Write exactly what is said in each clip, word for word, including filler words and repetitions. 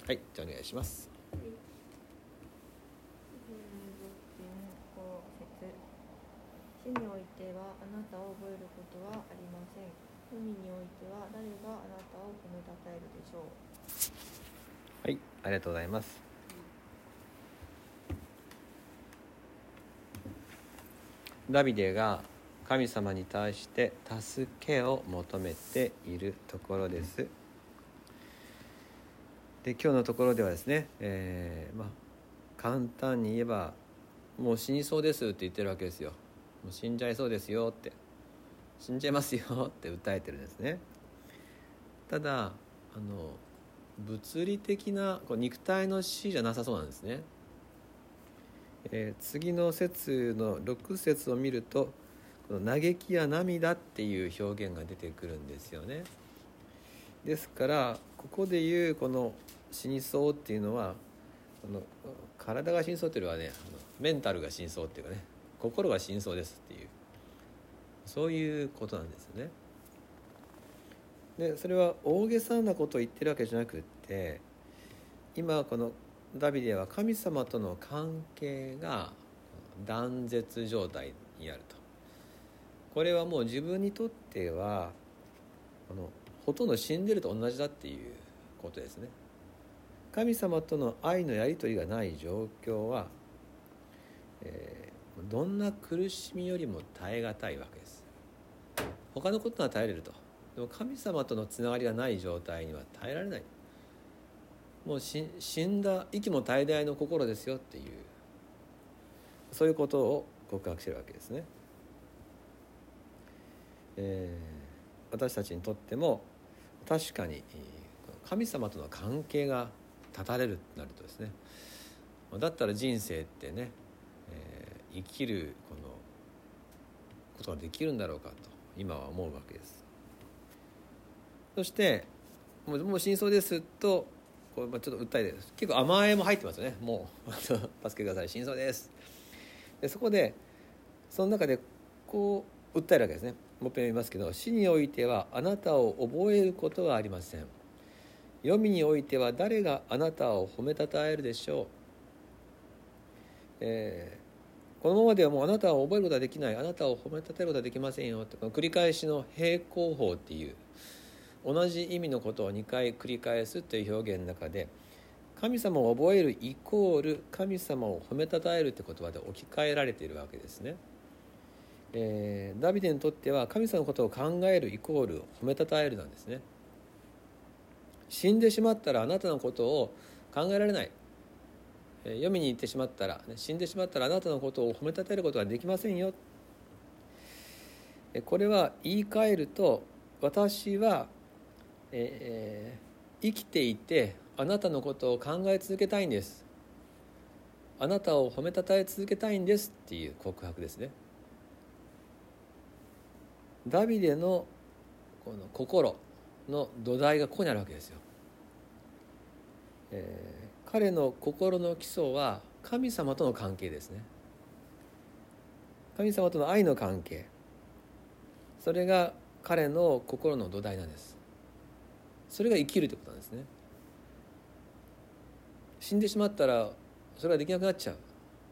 はい、じゃあお願いします。 じゅうろくてん後節。死においてはあなたを覚えることはありません。海においては誰があなたを褒めたたえるでしょう。 はい、ありがとうございます。ダビデが神様に対して助けを求めているところです。で、今日のところではですね、えー、まあ簡単に言えばもう死にそうですって言ってるわけですよ。もう死んじゃいそうですよって、死んじゃいますよって訴えてるんですね。ただあの物理的なこう肉体の死じゃなさそうなんですね。えー、次の節のろく節を見ると、この嘆きや涙っていう表現が出てくるんですよね。ですからここで言うこの死にそうっていうのは、この体が死にそうっていうのはね、あのメンタルが死にそうっていうかね、心が死にそうですっていう、そういうことなんですよね。でそれは大げさなことを言ってるわけじゃなくって、今このダビデは神様との関係が断絶状態にあると。これはもう自分にとってはあのほとんど死んでると同じだっていうことですね。神様との愛のやり取りがない状況は、えー、どんな苦しみよりも耐え難いわけです。他のことは耐えれると。でも神様とのつながりがない状態には耐えられない。もう死んだ息も絶え絶えの心ですよっていう、そういうことを告白してるわけですね。えー、私たちにとっても確かに神様との関係が断たれるとなるとですね、だったら人生ってね、えー、生きるこのことができるんだろうかと今は思うわけです。そしてもう、もう死にそうですとこうちょっと訴えて、結構甘えも入ってますよね。もう助けてください、死にそうです。でそこでその中でこう訴えるわけですね。もう一遍言いますけど、死においてはあなたを覚えることはありません。黄泉においては誰があなたを褒めたたえるでしょう。えー、このままではもうあなたを覚えることはできない、あなたを褒めたたえることはできませんよって、この繰り返しの平行法っていう同じ意味のことをにかい繰り返すという表現の中で、神様を覚えるイコール神様を褒めたたえるって言葉で置き換えられているわけですね。えー、ダビデにとっては神様のことを考えるイコール褒めたたえるなんですね。死んでしまったらあなたのことを考えられない、えー、読みに行ってしまったら、ね、死んでしまったらあなたのことを褒めたたえることはできませんよ。えー、これは言い換えると、私は、えー、生きていてあなたのことを考え続けたいんです、あなたを褒めたたえ続けたいんですっていう告白ですね。ダビデのこの心の土台がここにあるわけですよ。えー、彼の心の基礎は神様との関係ですね。神様との愛の関係、それが彼の心の土台なんです。それが生きるということなんですね。死んでしまったらそれができなくなっちゃう。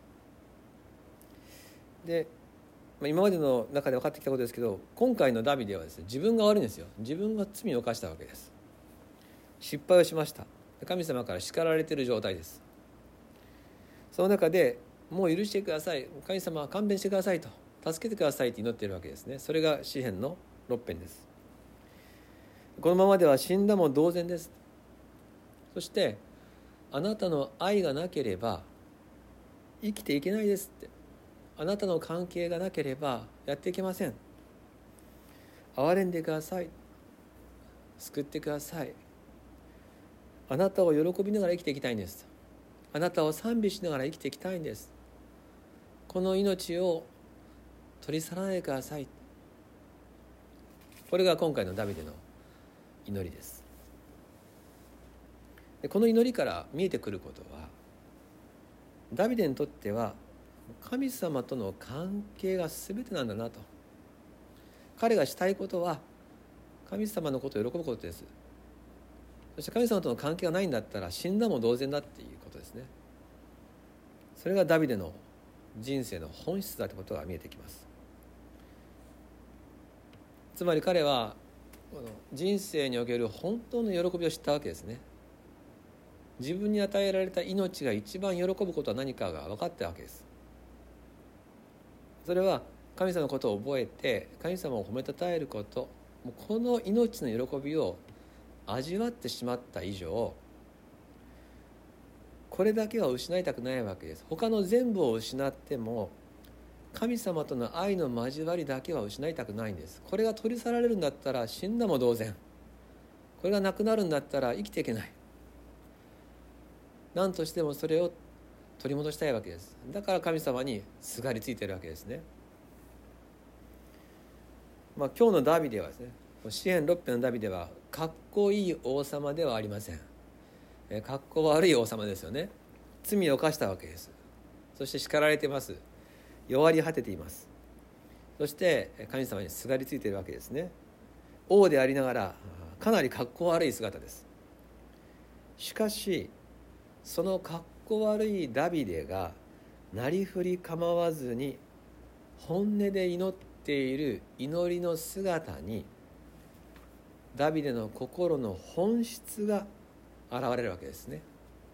で、まあ、今までの中で分かってきたことですけど、今回のダビデはですね、自分が悪いんですよ。自分が罪を犯したわけです。失敗をしました。神様から叱られている状態です。その中でもう許してください、神様は勘弁してくださいと、助けてくださいと祈っているわけですね。それが詩編のろっ編です。このままでは死んだも同然です。そしてあなたの愛がなければ生きていけないですって、あなたの関係がなければやっていけません。憐れんでください、救ってください、あなたを喜びながら生きていきたいんです、あなたを賛美しながら生きていきたいんです、この命を取り去らないでください。これが今回のダビデの祈りです。でこの祈りから見えてくることは、ダビデにとっては神様との関係が全てなんだなと。彼がしたいことは神様のことを喜ぶことです。そそして神様との関係がないんだったら死んだも同然だっていうことですね。それがダビデの人生の本質だということが見えてきます。つまり彼は人生における本当の喜びを知ったわけですね。自分に与えられた命が一番喜ぶことは何かが分かったわけです。それは神様のことを覚えて神様を褒めたたえること、もうこの命の喜びを味わってしまった以上、これだけは失いたくないわけです。他の全部を失っても神様との愛の交わりだけは失いたくないんです。これが取り去られるんだったら死んだも同然、これがなくなるんだったら生きていけない。何としてもそれを取り戻したいわけです。だから神様にすがりついているわけですね。まあ、今日のダビデはですね、詩編ろっ編のダビデはかっこいい王様ではありません。えかっこ悪い王様ですよね。罪を犯したわけです。そして叱られています。弱り果てています。そして神様にすがりついているわけですね。王でありながらかなりかっこ悪い姿です。しかしそのかっこ悪いダビデがなりふり構わずに本音で祈っている祈りの姿にダビデの心の本質が現れるわけですね。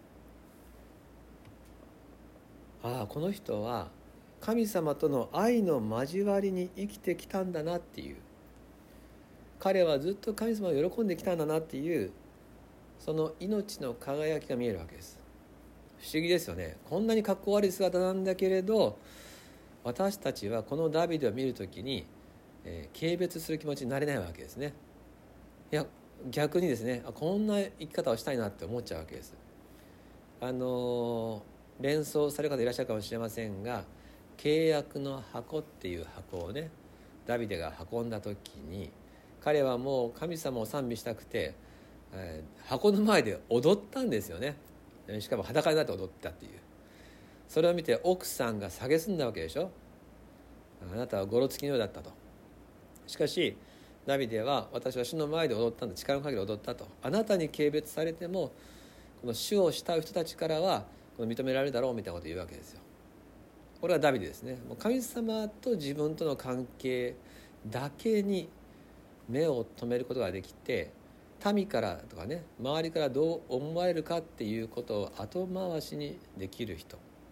ああ、この人は神様との愛の交わりに生きてきたんだなっていう、彼はずっと神様を喜んできたんだなっていう、その命の輝きが見えるわけです。不思議ですよね。こんなにかっこ悪い姿なんだけれど、私たちはこのダビデを見るときに、えー、軽蔑する気持ちになれないわけですね。いや逆にですね、こんな生き方をしたいなって思っちゃうわけです。あのー、連想される方いらっしゃるかもしれませんが、契約の箱っていう箱をね、ダビデが運んだ時に、彼はもう神様を賛美したくて、えー、箱の前で踊ったんですよね。しかも裸になって踊ったっていう。それを見て奥さんが蔑んだわけでしょ。あなたはゴロつきのようだったと。しかしダビデは、私は主の前で踊ったんだ、力の限り踊ったと。あなたに軽蔑されてもこの主を慕う人たちからはこの認められるだろうみたいなことを言うわけですよ。これはダビデですね。もう神様と自分との関係だけに目を留めることができて、民からとかね、周りからどう思われるかっていうことを後回しにできる人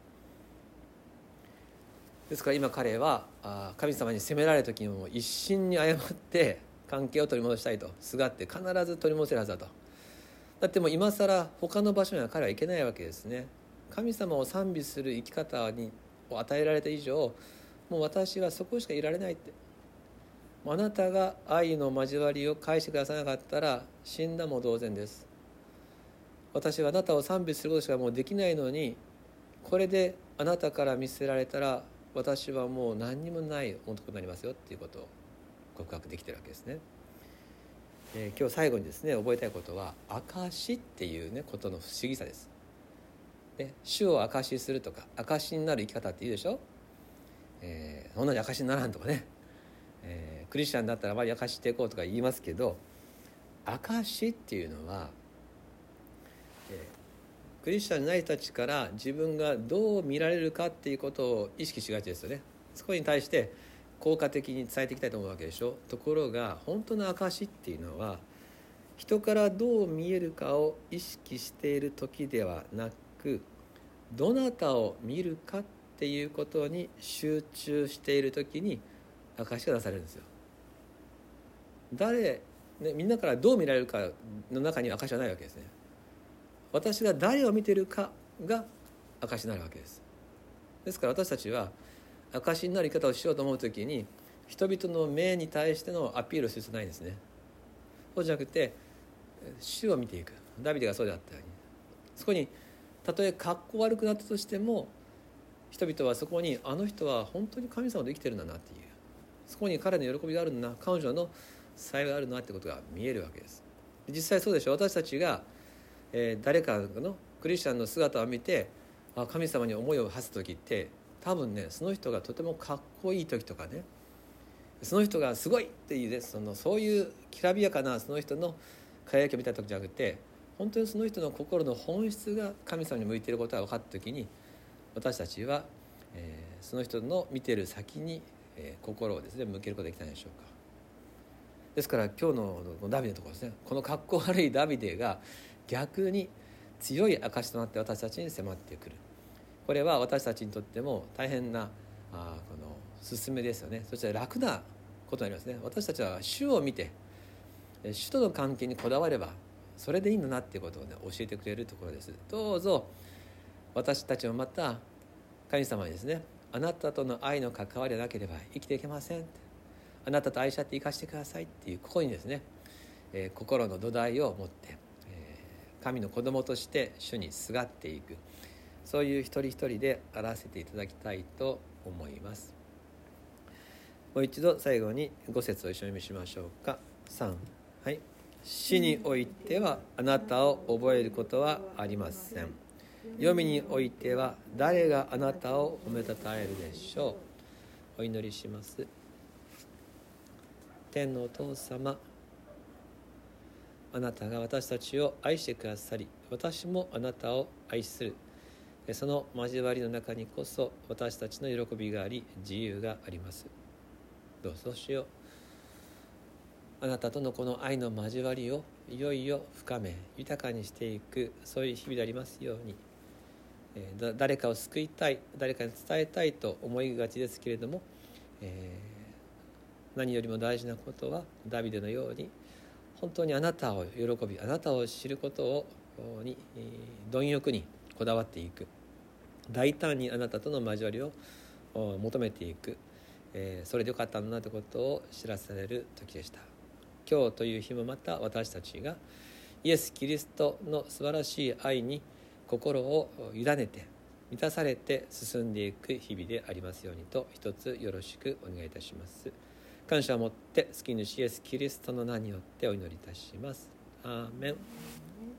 ですから、今彼は神様に責められる時にも一心に謝って関係を取り戻したいと、すがって必ず取り戻せるはずだと。だってもう今更他の場所には彼は行けないわけですね。神様を賛美する生き方にを与えられた以上、もう私はそこしかいられないって、あなたが愛の交わりを返してくださらなかったら死んだも同然です。私はあなたを賛美することしかもうできないのに、これであなたから見捨てられたら私はもう何にもない男になりますよっていうことを告白できてるわけですね。えー、今日最後にですね、覚えたいことは証っていうねことの不思議さです。で、主を証しするとか証になる生き方っていいでしょ。えー、そんなに証にならんとかね、えー、クリスチャンだったらあまり証していこうとか言いますけど、証っていうのは、えー、クリスチャンのない人たちから自分がどう見られるかっていうことを意識しがちですよね。そこに対して効果的に伝えていきたいと思うわけでしょ。ところが本当の証っていうのは、人からどう見えるかを意識している時ではなく、どなたを見るかっていうことに集中している時に証が出されるんですよ。誰、ね、みんなからどう見られるかの中に証はないわけですね。私が誰を見ているかが証になるわけです。ですから私たちは証になる生き方をしようと思うときに、人々の目に対してのアピールをする必要ないんですね。そうじゃなくて主を見ていく。ダビデがそうであったように、そこにたとえかっこ悪くなったとしても、人々はそこにあの人は本当に神様と生きてるんだなっていう、そこに彼の喜びがあるんだな、彼女の幸いがあるなってことが見えるわけです。実際そうでしょ。私たちが、えー、誰かのクリスチャンの姿を見て、あ、神様に思いを馳す時って、多分ね、その人がとてもかっこいい時とかね、その人がすごいっていうね、そのそういうきらびやかなその人の輝きを見た時じゃなくて、 本当にその人の心の本質が神様に向いていることが分かった時に、私たちは、えー、その人の見ている先に、えー、心をですね向けることができたんでしょうか。ですから今日のダビデのところですね、この格好悪いダビデが逆に強い証となって私たちに迫ってくる。これは私たちにとっても大変なあこの勧めですよね。そして楽なことになりますね。私たちは主を見て主との関係にこだわればそれでいいんだなっていうことを、ね、教えてくれるところです。どうぞ私たちもまた神様にですね、あなたとの愛の関わりがなければ生きていけません、あなたと愛し合って生かしてくださいっていう、ここにですね、えー、心の土台を持って、えー、神の子供として主にすがっていく、そういう一人一人であらせていただきたいと思います。もう一度最後にご節を一緒に見しましょうか。さん、はい。死においてはあなたを覚えることはありません。読みにおいては誰があなたを褒めたたえるでしょう。お祈りします。天のお父様、あなたが私たちを愛してくださり、私もあなたを愛する、その交わりの中にこそ私たちの喜びがあり自由があります。どうぞしよう、あなたとのこの愛の交わりをいよいよ深め豊かにしていく、そういう日々でありますように。えー、誰かを救いたい、誰かに伝えたいと思いがちですけれども、えー、何よりも大事なことはダビデのように本当にあなたを喜び、あなたを知ることをに、えー、貪欲にこだわっていく、大胆にあなたとの交わりを求めていく、えー、それでよかったんだなということを知らされる時でした。今日という日もまた私たちがイエス・キリストの素晴らしい愛に心を委ねて満たされて進んでいく日々でありますようにと一つよろしくお願いいたします。感謝を持って救い主イエス・キリストの名によってお祈りいたします。アーメン。